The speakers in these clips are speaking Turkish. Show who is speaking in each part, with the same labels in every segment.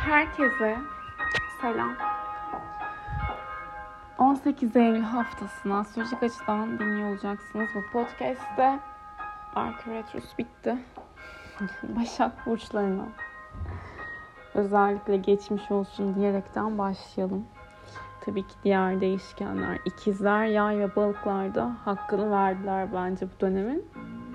Speaker 1: Herkese selam. 18 Eylül haftasını astrolojik açıdan dinliyor olacaksınız. Bu podcast'te Merkür Retrosu bitti. Başak burçlarına özellikle geçmiş olsun diyerekten başlayalım. Tabii ki diğer değişkenler, ikizler, yay ve balıklarda hakkını verdiler bence bu dönemin.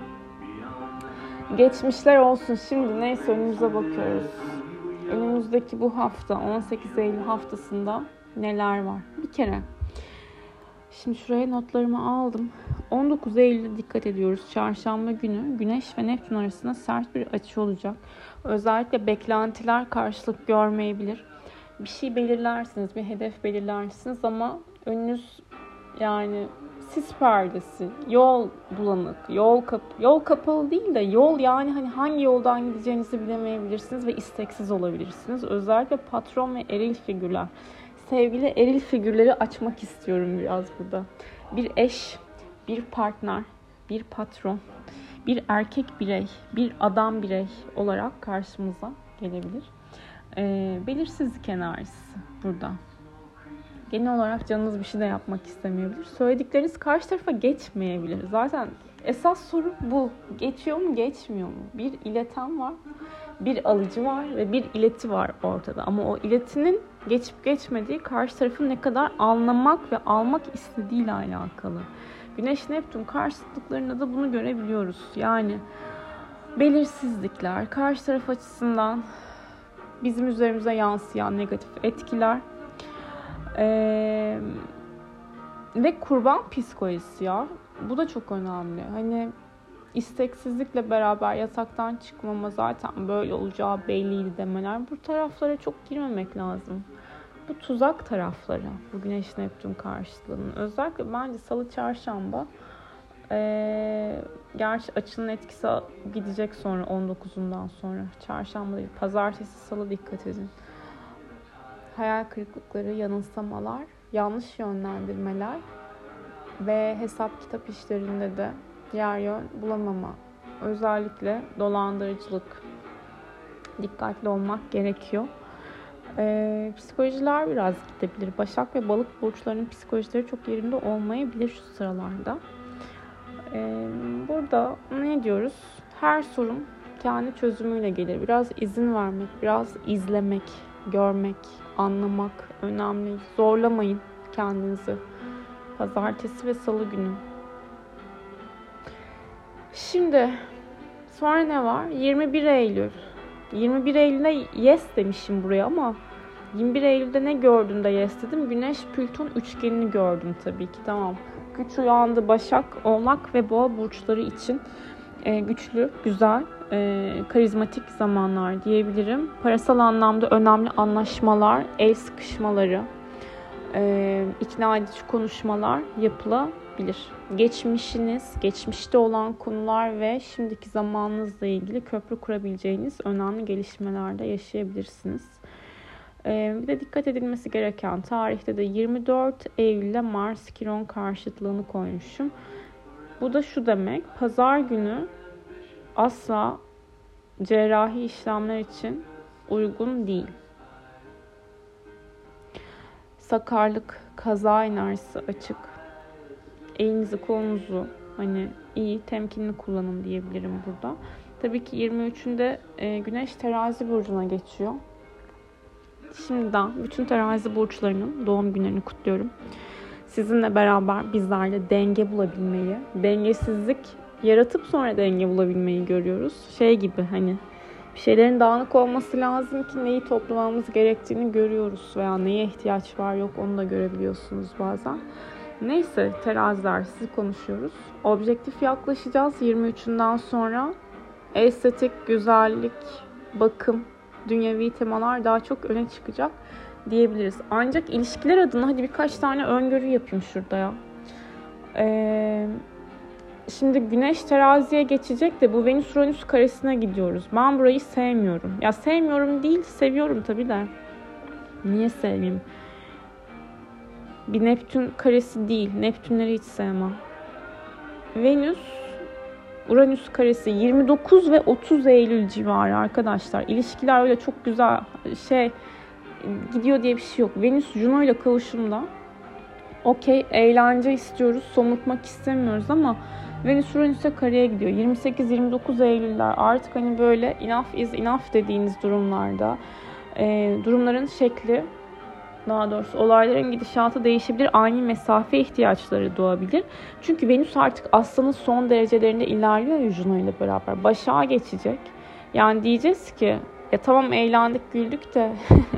Speaker 1: Geçmişler olsun. Şimdi neyse önümüze bakıyoruz. Önümüzdeki bu hafta 18 Eylül haftasında neler var? Bir kere şimdi şuraya notlarımı aldım. 19 Eylül'e dikkat ediyoruz. Çarşamba günü Güneş ve Neptün arasında sert bir açı olacak. Özellikle beklentiler karşılık görmeyebilir. Bir şey belirlersiniz, bir hedef belirlersiniz ama önünüz yani sis perdesi, yol bulanık, yol kapalı değil de yol yani hani hangi yoldan gideceğinizi bilemeyebilirsiniz ve isteksiz olabilirsiniz. Özellikle patron ve eril figürler. Sevgili eril figürleri açmak istiyorum biraz burada. Bir eş, bir partner, bir patron, bir erkek birey, bir adam birey olarak karşımıza gelebilir. Belirsizlik enerjisi burada. Genel olarak canınız bir şey de yapmak istemeyebilir. Söyledikleriniz karşı tarafa geçmeyebilir. Zaten esas soru bu. Geçiyor mu, geçmiyor mu? Bir ileten var, bir alıcı var ve bir ileti var ortada. Ama o iletinin geçip geçmediği karşı tarafın ne kadar anlamak ve almak istediğiyle alakalı. Güneş-Neptün karşıtlıklarında da bunu görebiliyoruz. Yani belirsizlikler, karşı taraf açısından bizim üzerimize yansıyan negatif etkiler, ve kurban psikolojisi ya. Bu da çok önemli. Hani isteksizlikle beraber yataktan çıkmama zaten böyle olacağı belliydi demeler. Bu taraflara çok girmemek lazım. Bu tuzak taraflara. Bu Güneş Neptün karşıtlığının. Özellikle bence Salı Çarşamba gerçi açının etkisi gidecek sonra 19'undan sonra. Çarşamba değil. Pazartesi, Salı dikkat edin. Hayal kırıklıkları, yanılsamalar, yanlış yönlendirmeler ve hesap kitap işlerinde de yer yön bulamama. Özellikle dolandırıcılık. Dikkatli olmak gerekiyor. Psikolojiler biraz gidebilir. Başak ve balık burçlarının psikolojileri çok yerinde olmayabilir şu sıralarda. Burada ne diyoruz? Her sorun kendi çözümüyle gelir. Biraz izin vermek, biraz izlemek, görmek, anlamak önemli. Zorlamayın kendinizi. Pazartesi ve Salı günü. Şimdi sonra ne var? 21 Eylül. 21 Eylül'de yes demişim buraya ama 21 Eylül'de ne gördüm de yes dedim? Güneş-Plüton üçgenini gördüm tabii ki. Tamam. Güç uyandı Başak, Oğlak ve Boğa burçları için güçlü, güzel, karizmatik zamanlar diyebilirim. Parasal anlamda önemli anlaşmalar, el sıkışmaları, ikna edici konuşmalar yapılabilir. Geçmişiniz, geçmişte olan konular ve şimdiki zamanınızla ilgili köprü kurabileceğiniz önemli gelişmelerde yaşayabilirsiniz. Bir de dikkat edilmesi gereken tarihte de 24 Eylül'de Mars-Kiron karşıtlığını koymuşum. Bu da şu demek, pazar günü asla cerrahi işlemler için uygun değil. Sakarlık, kaza enerjisi açık. Elinizi, kolunuzu hani iyi, temkinli kullanın diyebilirim burada. Tabii ki 23'ünde Güneş Terazi burcuna geçiyor. Şimdiden bütün terazi burçlarının doğum günlerini kutluyorum. Sizinle beraber bizlerle denge bulabilmeyi, dengesizlik yaratıp sonra denge bulabilmeyi görüyoruz. Şey gibi hani bir şeylerin dağınık olması lazım ki neyi toplamamız gerektiğini görüyoruz veya neye ihtiyaç var yok onu da görebiliyorsunuz bazen. Neyse teraziler sizi konuşuyoruz. Objektif yaklaşacağız 23'ünden sonra. Estetik, güzellik, bakım, dünyevi temalar daha çok öne çıkacak diyebiliriz. Ancak ilişkiler adına hadi birkaç tane öngörü yapayım şurada ya. Şimdi Güneş Terazi'ye geçecek de bu Venüs-Uranüs karesine gidiyoruz. Ben burayı sevmiyorum. Ya sevmiyorum değil, seviyorum tabii de. Niye sevmeyeyim? Bir Neptün karesi değil. Neptünleri hiç sevmem. Venüs Uranüs karesi 29 ve 30 Eylül civarı arkadaşlar. İlişkiler öyle çok güzel gidiyor diye bir şey yok. Venüs Juno ile kavuşumda okey, eğlence istiyoruz, somutmak istemiyoruz ama Venüs Uranüs'e kareye gidiyor. 28-29 Eylüller artık hani böyle enough is enough dediğiniz durumlarda durumların şekli, daha doğrusu olayların gidişatı değişebilir. Ani mesafe ihtiyaçları doğabilir. Çünkü Venüs artık Aslan'ın son derecelerinde ilerliyor ya Juno ile beraber. Başak'a geçecek. Yani diyeceğiz ki ya tamam eğlendik güldük de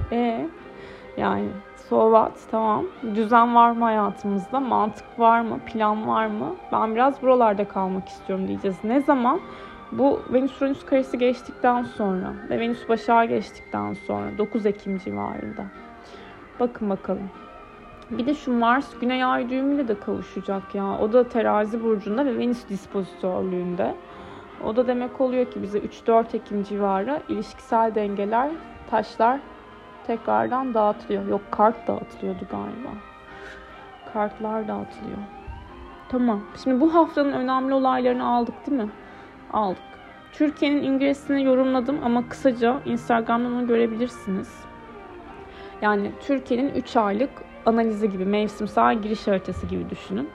Speaker 1: yani so what, tamam. Düzen var mı hayatımızda? Mantık var mı? Plan var mı? Ben biraz buralarda kalmak istiyorum diyeceğiz. Ne zaman? Bu Venüs-Uranüs karesi geçtikten sonra ve Venüs Başak'a geçtikten sonra 9 Ekim civarında. Bakın bakalım. Bir de şu Mars Güney Ay düğümüyle de kavuşacak ya. O da Terazi burcunda ve Venüs dispozitörlüğünde. O da demek oluyor ki bize 3-4 Ekim civarı ilişkisel dengeler, taşlar tekrardan dağıtılıyor. Yok, kart dağıtılıyordu galiba. Kartlar dağıtılıyor. Tamam. Şimdi bu haftanın önemli olaylarını aldık değil mi? Aldık. Türkiye'nin ingresini yorumladım ama kısaca Instagram'dan onu görebilirsiniz. Yani Türkiye'nin 3 aylık analizi gibi, mevsimsel giriş haritası gibi düşünün.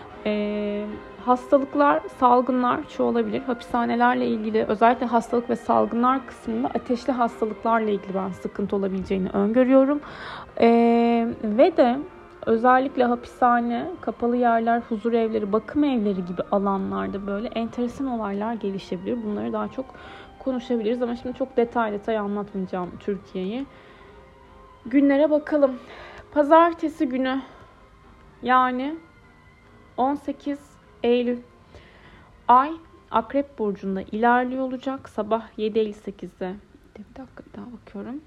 Speaker 1: Hastalıklar, salgınlar çoğalabilir. Hapishanelerle ilgili, özellikle hastalık ve salgınlar kısmında ateşli hastalıklarla ilgili ben sıkıntı olabileceğini öngörüyorum. Ve de özellikle hapishane, kapalı yerler, huzur evleri, bakım evleri gibi alanlarda böyle enteresan olaylar gelişebilir. Bunları daha çok konuşabiliriz ama şimdi çok detay anlatmayacağım Türkiye'yi. Günlere bakalım. Pazartesi günü, yani 18 Eylül. Ay Akrep burcunda ilerliyor olacak. Sabah 7.58'de. Bir dakika, bir daha bakıyorum.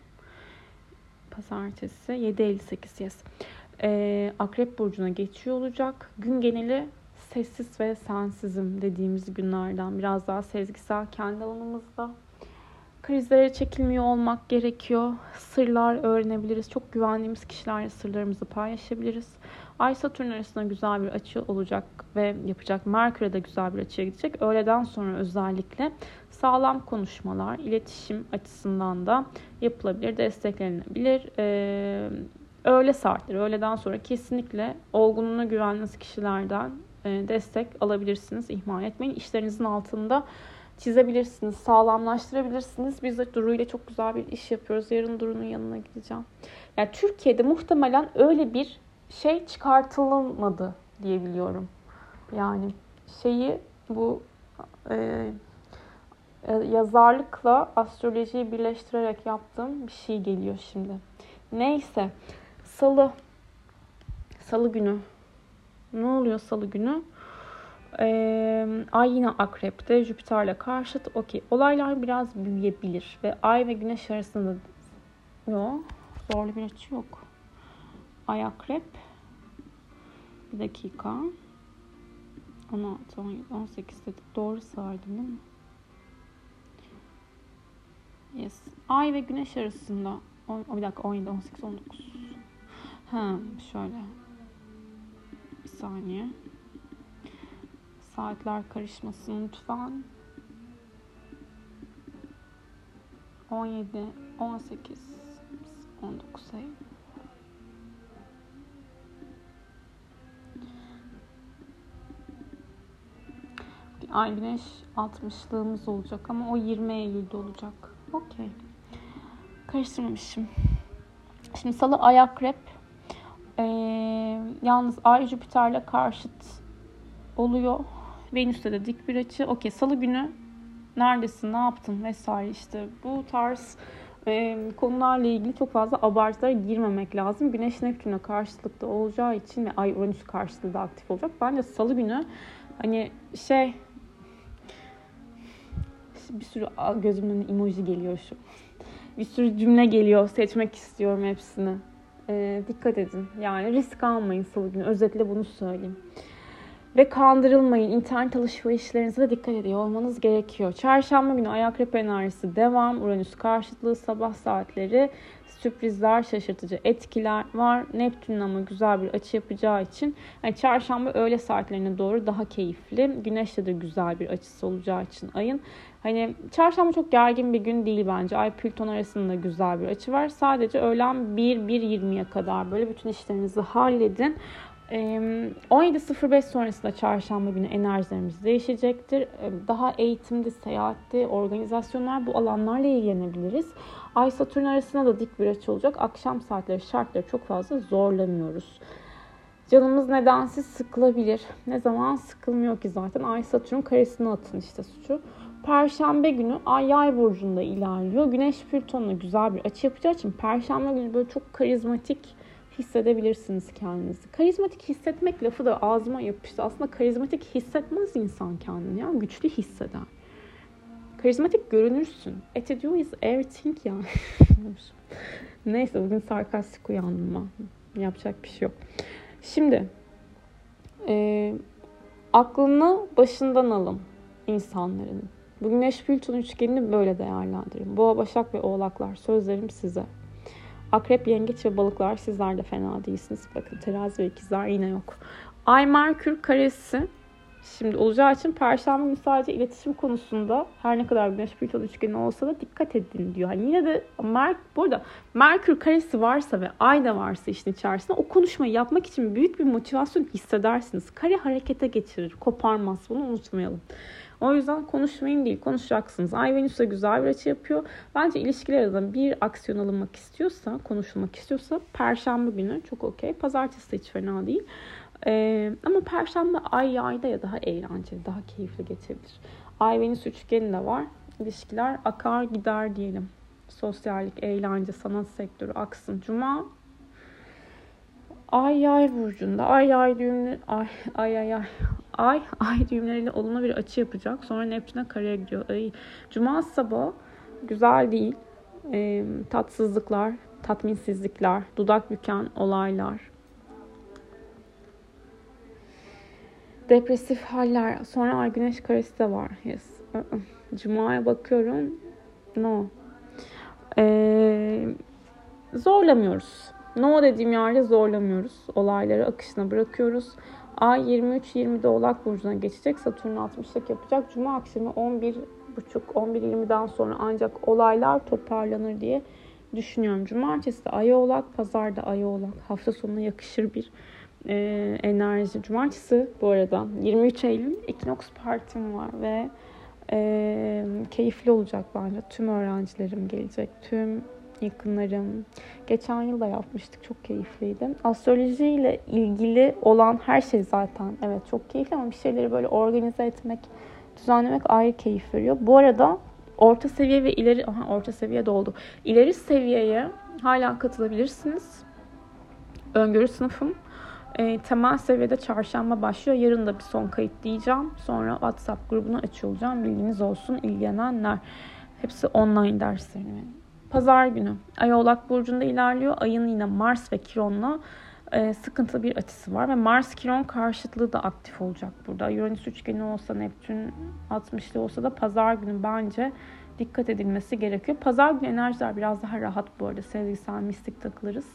Speaker 1: Pazartesi 7.58, yes. Akrep burcuna geçiyor olacak. Gün geneli sessiz ve sensizim dediğimiz günlerden. Biraz daha sezgisel, kendi alanımızda. Krizlere çekilmiyor olmak gerekiyor. Sırlar öğrenebiliriz. Çok güvendiğimiz kişilerle sırlarımızı paylaşabiliriz. Ay Satürn arasında güzel bir açı olacak ve yapacak. Merkür'e de güzel bir açıya gidecek. Öğleden sonra özellikle sağlam konuşmalar, iletişim açısından da yapılabilir, desteklenebilir. Öğle saatleri, öğleden sonra kesinlikle olgunluğuna güvendiğiniz kişilerden destek alabilirsiniz. İhmal etmeyin. İşlerinizin altında çizebilirsiniz, sağlamlaştırabilirsiniz. Biz de Duru ile çok güzel bir iş yapıyoruz. Yarın Duru'nun yanına gideceğim. Yani Türkiye'de muhtemelen öyle bir şey çıkartılmadı diye biliyorum. Yani bu yazarlıkla astrolojiyi birleştirerek yaptığım bir şey geliyor şimdi. Neyse. Salı günü. Ne oluyor Salı günü? Ay yine Akrep'te, Jüpiter'le karşıt. Okey. Olaylar biraz büyüyebilir ve Ay ve Güneş arasında zorlu bir açı yok. Ay Akrep. Bir dakika. 16, 17, 18 dedik. Doğru saydım değil mi? Yes. Ay ve Güneş arasında. Bir dakika. 17, 18, 19. Şöyle. Bir saniye. Saatler karışmasın lütfen. 17, 18, 19 Eylül. Ay Güneş 60'lığımız olacak ama o 20 Eylül'de olacak. Okey. Karıştırmamışım. Şimdi Salı Ay Akrep. Yalnız Ay Jüpiter'le karşıt oluyor. Venüs'te de dik bir açı. Okey, Salı günü neredesin, ne yaptın vesaire, işte bu tarz konularla ilgili çok fazla abartılara girmemek lazım. Güneş Neptün'e karşılıkta olacağı için ve Ay Uranüs karşılığı da aktif olacak. Bence Salı günü hani bir sürü gözümün önüne emoji geliyor şu. Bir sürü cümle geliyor. Seçmek istiyorum hepsini. Dikkat edin. Yani risk almayın Salı günü. Özetle bunu söyleyeyim. Ve kandırılmayın. İnternet alışverişlerinize de dikkat ediyor olmanız gerekiyor. Çarşamba günü Ay Akrep enerjisi devam. Uranüs karşıtlığı sabah saatleri. Sürprizler, şaşırtıcı etkiler var. Neptün'ün ama güzel bir açı yapacağı için yani çarşamba öğle saatlerine doğru daha keyifli. Güneş'te de güzel bir açısı olacağı için ayın. Hani çarşamba çok gergin bir gün değil bence. Ay Plüton arasında güzel bir açı var. Sadece öğlen 1-1:20'ye kadar böyle bütün işlerinizi halledin. 17.05 sonrasında çarşamba günü enerjilerimiz değişecektir. Daha eğitimde, seyahatte, organizasyonlar bu alanlarla ilgilenebiliriz. Ay Satürn arasında da dik bir açı olacak. Akşam saatleri şartları çok fazla zorlamıyoruz. Canımız nedensiz sıkılabilir. Ne zaman sıkılmıyor ki zaten. Ay Satürn karesine atın işte suçu. Perşembe günü Ay Yay burcunda ilerliyor. Güneş Plüton'la güzel bir açı yapacağı için Perşembe günü böyle çok karizmatik hissedebilirsiniz kendinizi. Karizmatik hissetmek lafı da ağzıma yapıştı. Aslında karizmatik hissetmez insan kendini ya. Güçlü hisseder. Karizmatik görünürsün. Attitude is everything ya. Neyse bugün sarkastik uyandım ben. Yapacak bir şey yok. Şimdi aklını başından alın insanların. Bu Güneş Plüton üçgenini böyle değerlendirin. Boğa, Başak ve Oğlaklar sözlerim size. Akrep, Yengeç ve Balıklar sizler de fena değilsiniz. Bakın Terazi ve İkizler yine yok. Ay Merkür karesi şimdi olacağı için Perşembe günü sadece iletişim konusunda her ne kadar Güneş Plüton üçgeni olsa da dikkat edin diyor. Yani yine de burada Merkür karesi varsa ve Ay da varsa işin içerisinde o konuşmayı yapmak için büyük bir motivasyon hissedersiniz. Kare harekete geçirir, koparmaz. Bunu unutmayalım. O yüzden konuşmayın değil, konuşacaksınız. Ay Venüs'e güzel bir açı yapıyor. Bence ilişkilerde bir aksiyon alınmak istiyorsa, konuşulmak istiyorsa Perşembe günü çok okey. Pazartesi de hiç fena değil. Ama Perşembe Ay Yay'da ya daha eğlenceli, daha keyifli geçebilir. Ay Venüs üçgeni de var. İlişkiler akar gider diyelim. Sosyallik, eğlence, sanat sektörü aksın. Cuma Ay Yay burcunda. Ay düğümleriyle olumlu bir açı yapacak. Sonra Neptün'e kareye gidiyor. Cuma sabahı güzel değil. Tatsızlıklar, tatminsizlikler, dudak büken olaylar, depresif haller. Sonra Ay Güneş karesi de var. Yes. Cuma'ya bakıyorum. No. Zorlamıyoruz. No dediğim yerde zorlamıyoruz. Olayları akışına bırakıyoruz. Ay 23-20'de Oğlak burcuna geçecek. Satürn 60'lık yapacak. Cuma akşamı 11.30-11.20'den sonra ancak olaylar toparlanır diye düşünüyorum. Cumartesi de Ay Oğlak, Pazar da Ay Oğlak. Hafta sonuna yakışır bir enerji. Cumartesi bu arada 23 Eylül Ekinoks partim var ve keyifli olacak bence. Tüm öğrencilerim gelecek. Tüm yakınlarım. Geçen yıl da yapmıştık. Çok keyifliydi. Astrolojiyle ilgili olan her şey zaten evet çok keyifli ama bir şeyleri böyle organize etmek, düzenlemek ayrı keyif veriyor. Bu arada orta seviye ve orta seviye doldu. İleri seviyeye hala katılabilirsiniz. Öngörü sınıfım. Temel seviyede çarşamba başlıyor. Yarın da bir son kayıt diyeceğim. Sonra WhatsApp grubunu açıyor olacağım. Bilginiz olsun ilgilenenler. Hepsi online derslerim. Pazar günü Ay Oğlak burcunda ilerliyor. Ayın yine Mars ve Kiron'la sıkıntılı bir açısı var. Ve Mars-Kiron karşıtlığı da aktif olacak burada. Uranüs üçgeni olsa, Neptün 60'lı olsa da pazar günü bence dikkat edilmesi gerekiyor. Pazar günü enerjiler biraz daha rahat bu arada. Sezgisel, mistik takılırız.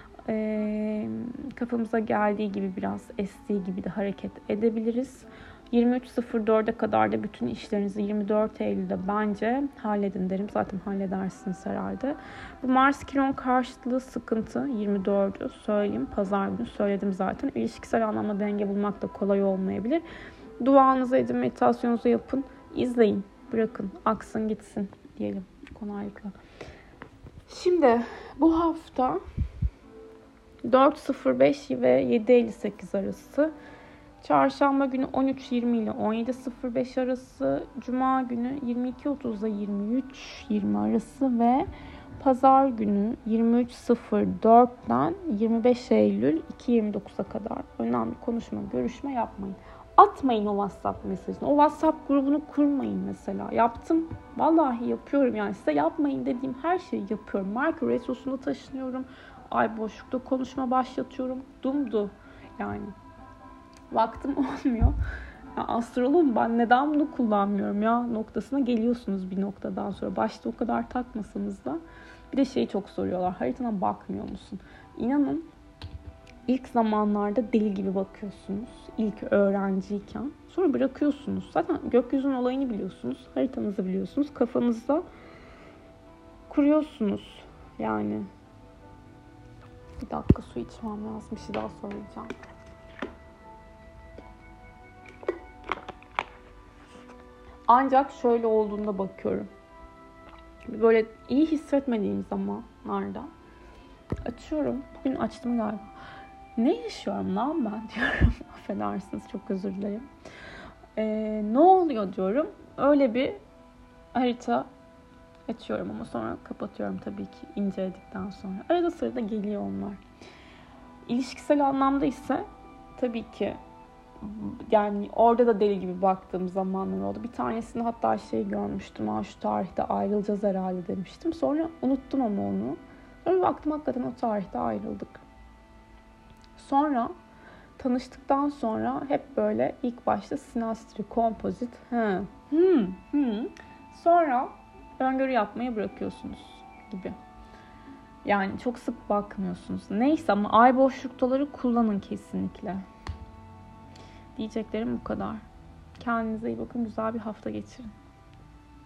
Speaker 1: Kafamıza geldiği gibi biraz estiği gibi de hareket edebiliriz. 23.04'e kadar da bütün işlerinizi 24 Eylül'de bence halledin derim. Zaten halledersiniz herhalde. Bu Mars-Kiron karşıtlığı sıkıntı 24'ü söyleyeyim. Pazar günü söyledim zaten. İlişkisel anlamda denge bulmak da kolay olmayabilir. Duanızı edin, meditasyonunuzu yapın. İzleyin, bırakın, aksın gitsin diyelim kolaylıkla. Şimdi bu hafta 4.05 ve 7.58 arası. Çarşamba günü 13.20 ile 17.05 arası. Cuma günü 22.30 ile 23.20 arası ve Pazar günü 23.04'den 25 Eylül 2.29'a kadar önemli konuşma, görüşme yapmayın. Atmayın o WhatsApp mesajını. O WhatsApp grubunu kurmayın mesela. Yaptım. Vallahi yapıyorum yani. Size yapmayın dediğim her şeyi yapıyorum. Merkür Retrosu'nda taşınıyorum. Ay boşlukta konuşma başlatıyorum. Dumdu yani. Baktım olmuyor. Ya astrologum ben neden bunu kullanmıyorum ya noktasına geliyorsunuz bir noktadan sonra. Başta o kadar takmasanız da. Bir de şeyi çok soruyorlar. Haritana bakmıyor musun? İnanın ilk zamanlarda deli gibi bakıyorsunuz. İlk öğrenciyken. Sonra bırakıyorsunuz. Zaten gökyüzünün olayını biliyorsunuz. Haritanızı biliyorsunuz. Kafanızda kuruyorsunuz. Yani bir dakika su içmem lazım. Bir şey daha söyleyeceğim. Ancak şöyle olduğunda bakıyorum. Böyle iyi hissetmediğim zamanlarda açıyorum. Bugün açtım galiba. Ne yaşıyorum lan ben diyorum. Affedersiniz, çok özür dilerim. Ne oluyor diyorum. Öyle bir harita açıyorum ama sonra kapatıyorum tabii ki inceledikten sonra. Arada sırada geliyor onlar. İlişkisel anlamda ise tabii ki yani orada da deli gibi baktığım zamanlar oldu. Bir tanesini hatta görmüştüm. Şu tarihte ayrılacağız herhalde demiştim. Sonra unuttum ama onu. Sonra baktım hakikaten o tarihte ayrıldık. Sonra tanıştıktan sonra hep böyle ilk başta sinastri, kompozit. Sonra öngörü yapmayı bırakıyorsunuz gibi. Yani çok sık bakmıyorsunuz. Neyse ama ay boşlukları kullanın kesinlikle. Diyeceklerim bu kadar. Kendinize iyi bakın. Güzel bir hafta geçirin.